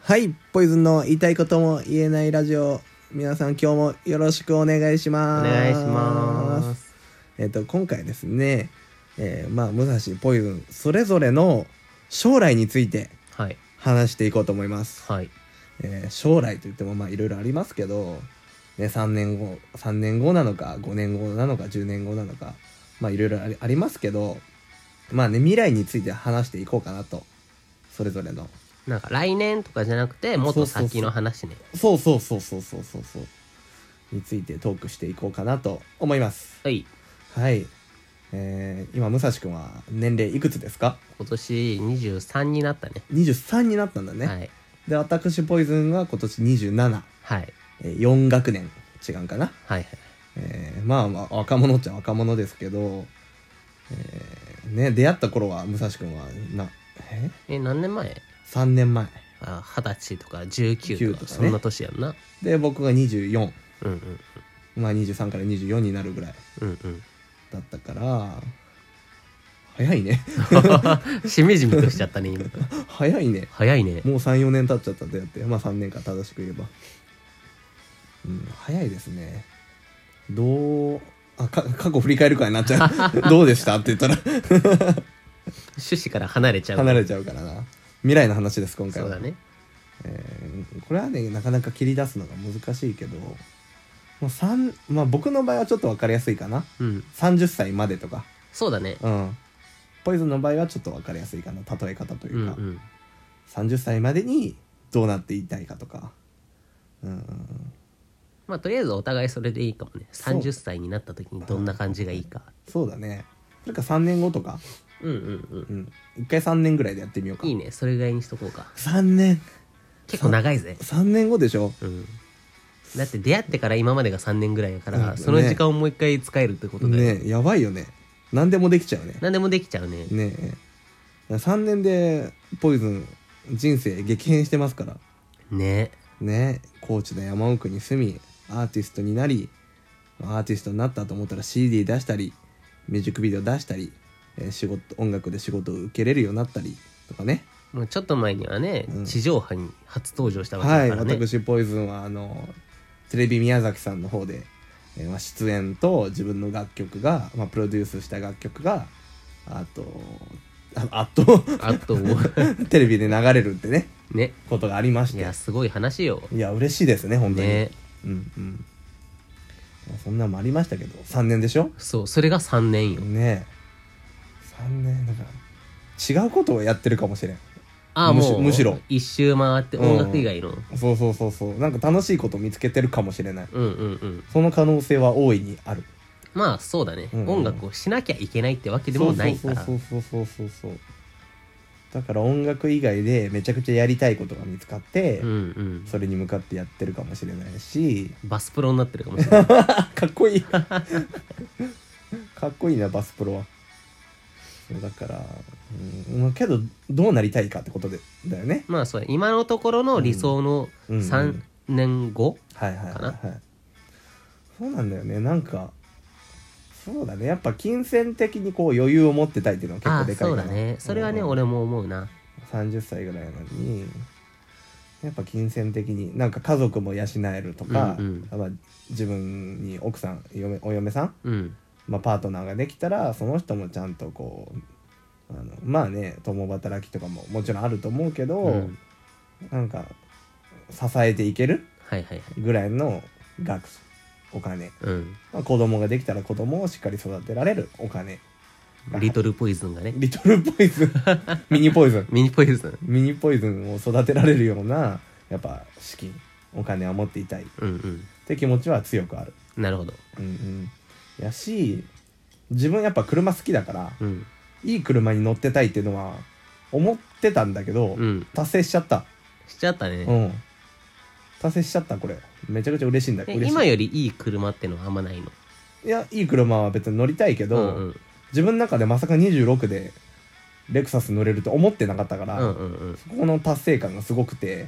はい、ポイズンの言いたいことも言えないラジオ、皆さん今日もよろしくお願いします。 お願いします。 今回ですね、武蔵ポイズンそれぞれの将来について話していこうと思います。 はい。 将来といってもいろいろありますけど、ね、3年後なのか5年後なのか10年後なのか、いろいろありますけど、未来について話していこうかなと。それぞれのなんか来年とかじゃなくてもっと先の話ね。 そうについてトークしていこうかなと思います。 はい。 はい。今武蔵くんは年齢いくつですか？ 今年23になったね。 23になったんだね。 はい。 で、私ポイズンは今年27。 はい。 4学年違うかな。 はいはい。 若者っちゃ若者ですけど、出会った頃は武蔵くんは何年前 ？3年前。 20歳とか19とか、 ね、 そんな年やんな。 で、僕が24。 うんうん。 23から24になるぐらいうんうん。 だったから、早いね。 しみじみとしちゃったね、今。 早いね。 早いね。 もう3、4年経っちゃったんだよって。3年間正しく言えば。早いですね。過去振り返るからになっちゃう。どうでしたって言ったら趣旨から離れちゃう。 離れちゃうからな。未来の話です、今回は。 そうだね。 これはね、なかなか切り出すのが難しいけど、僕の場合はちょっと分かりやすいかな。30歳までとか。 そうだね。 ポイズンの場合はちょっと分かりやすいかな。例え方というか。30歳までにどうなっていたいかとか。 とりあえずお互いそれでいいかもね。30歳になった時にどんな感じがいいか。 そうだね。それか3年後とか。一回3年ぐらいでやってみようか。 いいね。それぐらいにしとこうか。 3年。 結構長いぜ。 3年後でしょ。 だって出会ってから今までが3年ぐらいだから、その時間をもう一回使えるってことだよね。やばいよね。何でもできちゃうね。 何でもできちゃうね。 ねえ。3年でポイズン人生激変してますから。 ね。 高知の山奥に住み、アーティストになり、アーティストになったと思ったら CD 出したり、ミュージックビデオ出したり、音楽で仕事を受けれるようになったりとかね。 もうちょっと前にはね、地上波に初登場したわけだからね。 はい、私ポイズンはテレビ宮崎さんの方で、出演と自分の楽曲が、プロデュースした楽曲があとテレビで流れるってねことがありまして。 いや、すごい話よ。 いや、嬉しいですね、本当に。そんなのもありましたけど、3年でしょ。 そう、それが3年よね。3年だから違うことをやってるかもしれん。むしろ一周回って音楽以外の、 そうなんか楽しいことを見つけてるかもしれない。その可能性は大いにある。 そうだね、音楽をしなきゃいけないってわけでもないから。 そうだから音楽以外でめちゃくちゃやりたいことが見つかって、それに向かってやってるかもしれないし、 バスプロになってるかもしれないかっこいいかっこいいな、バスプロは。だから、けどどうなりたいかってことだよね。 そう、今のところの理想の3年後かな。 そうなんだよね。なんかそうだね、やっぱ金銭的にこう余裕を持ってたいっていうのは結構でかいかな。 そうだね、それはね、俺も思うな。 30歳ぐらいなのにやっぱ金銭的になんか家族も養えるとか、自分に奥さんお嫁さん、パートナーができたら、その人もちゃんとこう共働きとかももちろんあると思うけど、なんか支えていけるぐらいのお金、子供ができたら子供をしっかり育てられるお金、 リトルポイズンがね、 リトルポイズンミニポイズンを育てられるような、やっぱ資金、お金は持っていたいって気持ちは強くある。 なるほど。 やし、自分やっぱ車好きだから、いい車に乗ってたいっていうのは思ってたんだけど、達成しちゃったね。達成しちゃった。これめちゃくちゃ嬉しいんだけど。 今よりいい車ってのはあんまないの？ いや、いい車は別に乗りたいけど、自分の中でまさか26でレクサス乗れると思ってなかったから、そこの達成感がすごくて、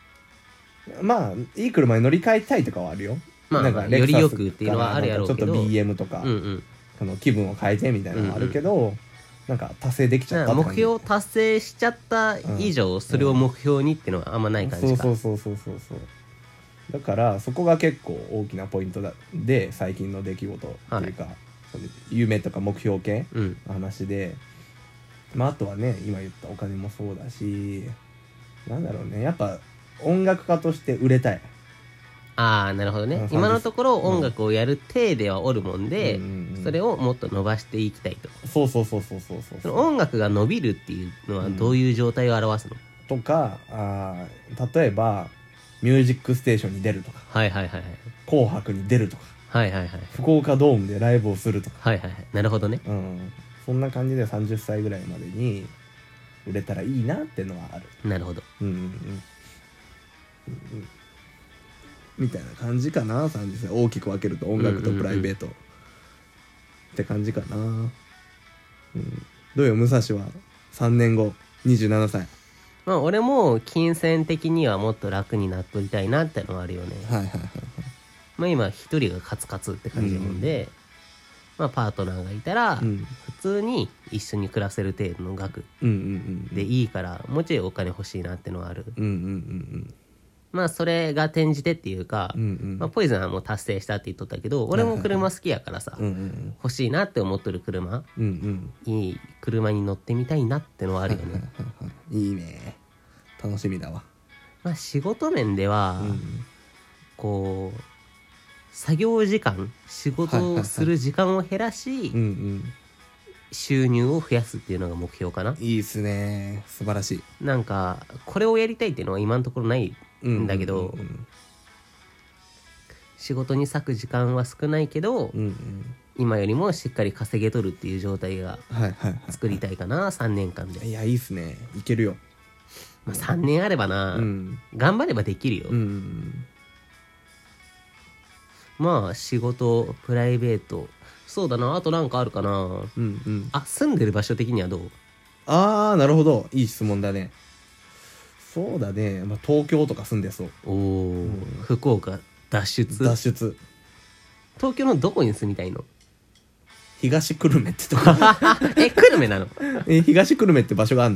いい車に乗り換えたいとかはあるよ。 なんかよりよくっていうのはあるやろうけど、 ちょっと BM とか、気分を変えてみたいなのはあるけど、 なんか達成できちゃったって感じ。 目標達成しちゃった以上、それを目標にっていうのはあんまない感じか。 そうだからそこが結構大きなポイントで最近の出来事っていうか、その夢とか目標系の話で、あとはね今言ったお金もそうだし、なんだろうね、やっぱ音楽家として売れたい。 なるほどね。今のところ音楽をやる体ではおるもんで、それをもっと伸ばしていきたいと。 そうその音楽が伸びるっていうのはどういう状態を表すの？ とか例えばミュージックステーションに出るとか、紅白に出るとか、福岡ドームでライブをするとか、 なるほどね。 そんな感じで30歳ぐらいまでに売れたらいいなってのはある。 なるほど。 みたいな感じかな。30歳大きく分けると音楽とプライベートって感じかな。どうよ武蔵は3年後27歳。 俺も金銭的にはもっと楽になっとりたいなってのはあるよね。今一人がカツカツって感じなので、パートナーがいたら、普通に一緒に暮らせる程度の額でいいから、もうちょいお金欲しいなってのはある。それが転じてっていうか、ポイズンはもう達成したって言っとったけど、俺も車好きやからさ、欲しいなって思っとる車、いい車に乗ってみたいなってのはあるよね。 いいね、楽しみだわ。 仕事面では、こう作業時間、仕事をする時間を減らし、収入を増やすっていうのが目標かな。 いいっすね、素晴らしい。 なんかこれをやりたいっていうのは今のところないんだけど、仕事に割く時間は少ないけど、今よりもしっかり稼げとるっていう状態が作りたいかな。3年間で。 いや、いいっすね、いけるよ。 3年あればな、頑張ればできるよ。仕事、プライベート、そうだな。あとなんかあるかな。住んでる場所的にはどう？ なるほど、いい質問だね。そうだね、東京とか住んでそう。 福岡脱出。 東京のどこに住みたいの？ 東久留米ってとこ。 久留米なの？ 東久留米って場所があるの。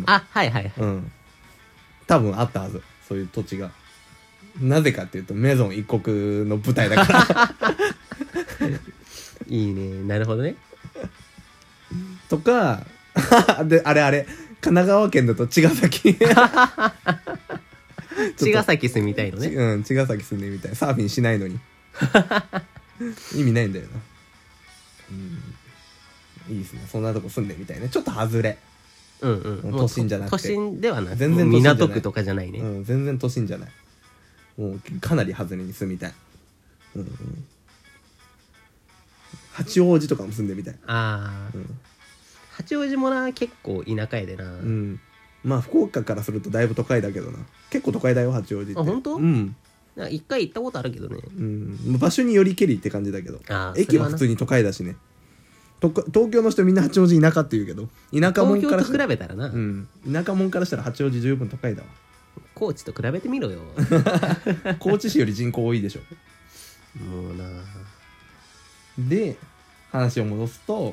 多分あったはず、そういう土地が。なぜかっていうとメゾン一国の舞台だからいいね、なるほどね。 とかで、あれ神奈川県だと茅ヶ崎茅ヶ崎住みたいのね。 茅ヶ崎住んでみたい。サーフィンしないのに意味ないんだよな。いいですね、そんなとこ住んでみたいね。ちょっと外れ。都心じゃなくて。 都心ではなくて、 全然港区とかじゃないね。 全然都心じゃない。もうかなり外れに住みたい。八王子とかも住んでみたい。 八王子もな、結構田舎やでな。 福岡からするとだいぶ都会だけどな。結構都会だよ、八王子って。 本当？一回行ったことあるけどね。 場所によりけりって感じだけど、駅は普通に都会だしね。東京の人みんな八王子田舎って言うけど、田舎もんから東京と比べたらな、 田舎もんからしたら八王子十分都会だわ。 高知と比べてみろよ。 高知市より人口多いでしょ。 もうな。 で話を戻すと、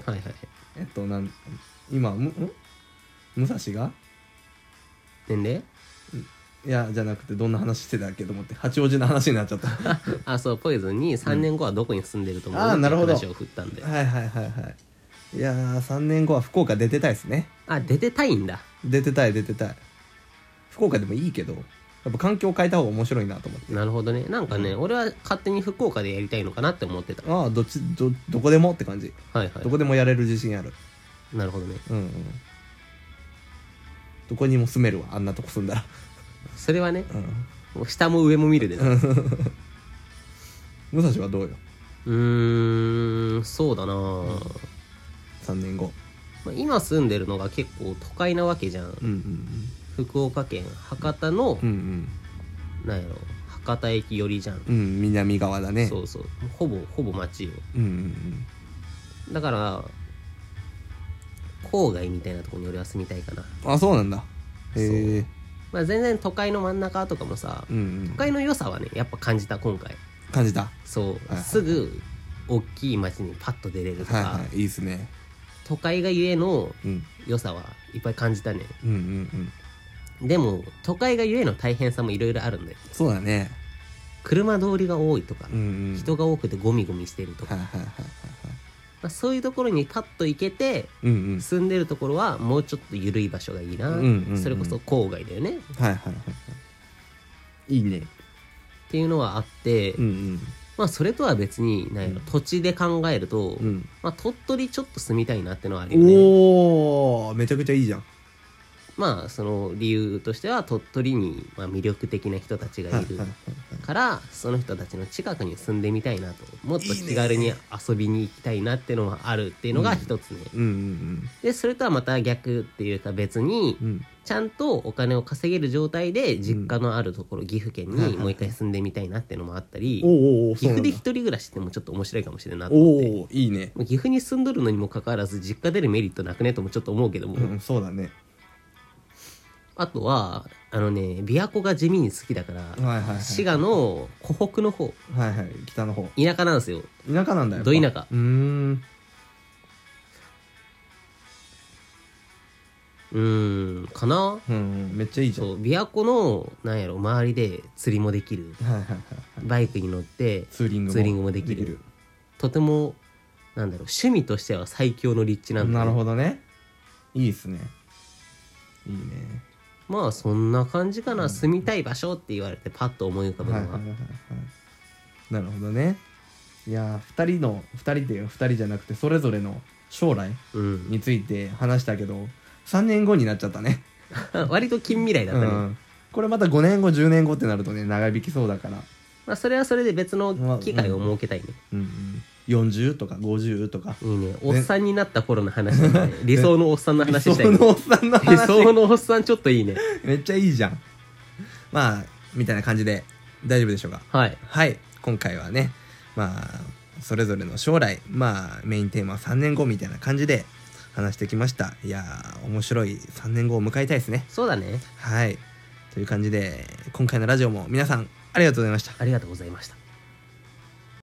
今武蔵が年齢？ いやじゃなくてどんな話してたっけと思って八王子の話になっちゃったそう、ポイズンに3年後はどこに住んでると思うって話を振ったんで。 いや3年後は福岡出てたいですね。 出てたいんだ。 出てたい。福岡でもいいけど、やっぱ環境を変えた方が面白いなと思って。 なるほどね。なんかね、俺は勝手に福岡でやりたいのかなって思ってた。 どこでもって感じ。どこでもやれる自信ある。 なるほどね。 どこにも住めるわ、あんなとこ住んだら。 それはね、もう下も上も見るでな。 武蔵はどうよ？ そうだな、 3年後。 今住んでるのが結構都会なわけじゃん。福岡県博多の、なんやろ、博多駅寄りじゃん。 南側だね。 そうそう、ほぼ町よ。だから郊外みたいなところに俺は住みたいかな。 そうなんだ。へえ。 全然都会の真ん中とかもさ、都会の良さはねやっぱ感じた。今回感じた。 そう、すぐ大きい町にパッと出れるとか、 いいっすね。 都会がゆえの良さはいっぱい感じたね。でも都会がゆえの大変さもいろいろあるんだよ。 そうだね。 車通りが多いとか、人が多くてゴミゴミしてるとか、そういうところにパッと行けて、住んでるところはもうちょっと緩い場所がいいな、それこそ郊外だよね。 いいねっていうのはあって、まあそれとは別に土地で考えると、まあ鳥取ちょっと住みたいなってのはあるよね。 おー、めちゃくちゃいいじゃん。 まあその理由としては鳥取に魅力的な人たちがいるからその人たちの近くに住んでみたいなと、もっと気軽に遊びに行きたいなっていうのがあるっていうのが一つね。でそれとはまた逆っていうか別に、ちゃんとお金を稼げる状態で実家のあるところ、岐阜県にもう一回住んでみたいなっていうのもあったり、岐阜で一人暮らしってもちょっと面白いかもしれないなと思って。 いいね。 岐阜に住んどるのにもかかわらず実家出るメリットなくねともちょっと思うけども、 そうだね。 あとは琵琶湖が地味に好きだから、滋賀の湖北の方、 北の方、 田舎なんですよ。 田舎なんだよ。 ど田舎。かな。 めっちゃいいじゃん。 そう、琵琶湖のなんやろ周りで釣りもできる、バイクに乗ってツーリングもできる。とてもなんだろう、趣味としては最強の立地なんだよね。 なるほどね。いいっすね。いいね。 まあそんな感じかな。住みたい場所って言われてパッと思い浮かぶのは。 なるほどね。いや2人っていう2人じゃなくてそれぞれの将来について話したけど、3年後になっちゃったね。 割と近未来だったね。 これまた5年後10年後ってなるとね、長引きそうだから、 まあそれはそれで別の機会を設けたいね。 40とか50とか。 いいね。おっさんになった頃の話だね。理想のおっさんの話したいね。 理想のおっさんの話。 理想のおっさんちょっといいね。 めっちゃいいじゃん。まあみたいな感じで大丈夫でしょうか。はい、今回はね、まあそれぞれの将来、まあメインテーマは3年後みたいな感じで話してきました。いやー、面白い3年後を迎えたいですね。 そうだね。 はい、という感じで今回のラジオも皆さんありがとうございました。 ありがとうございました。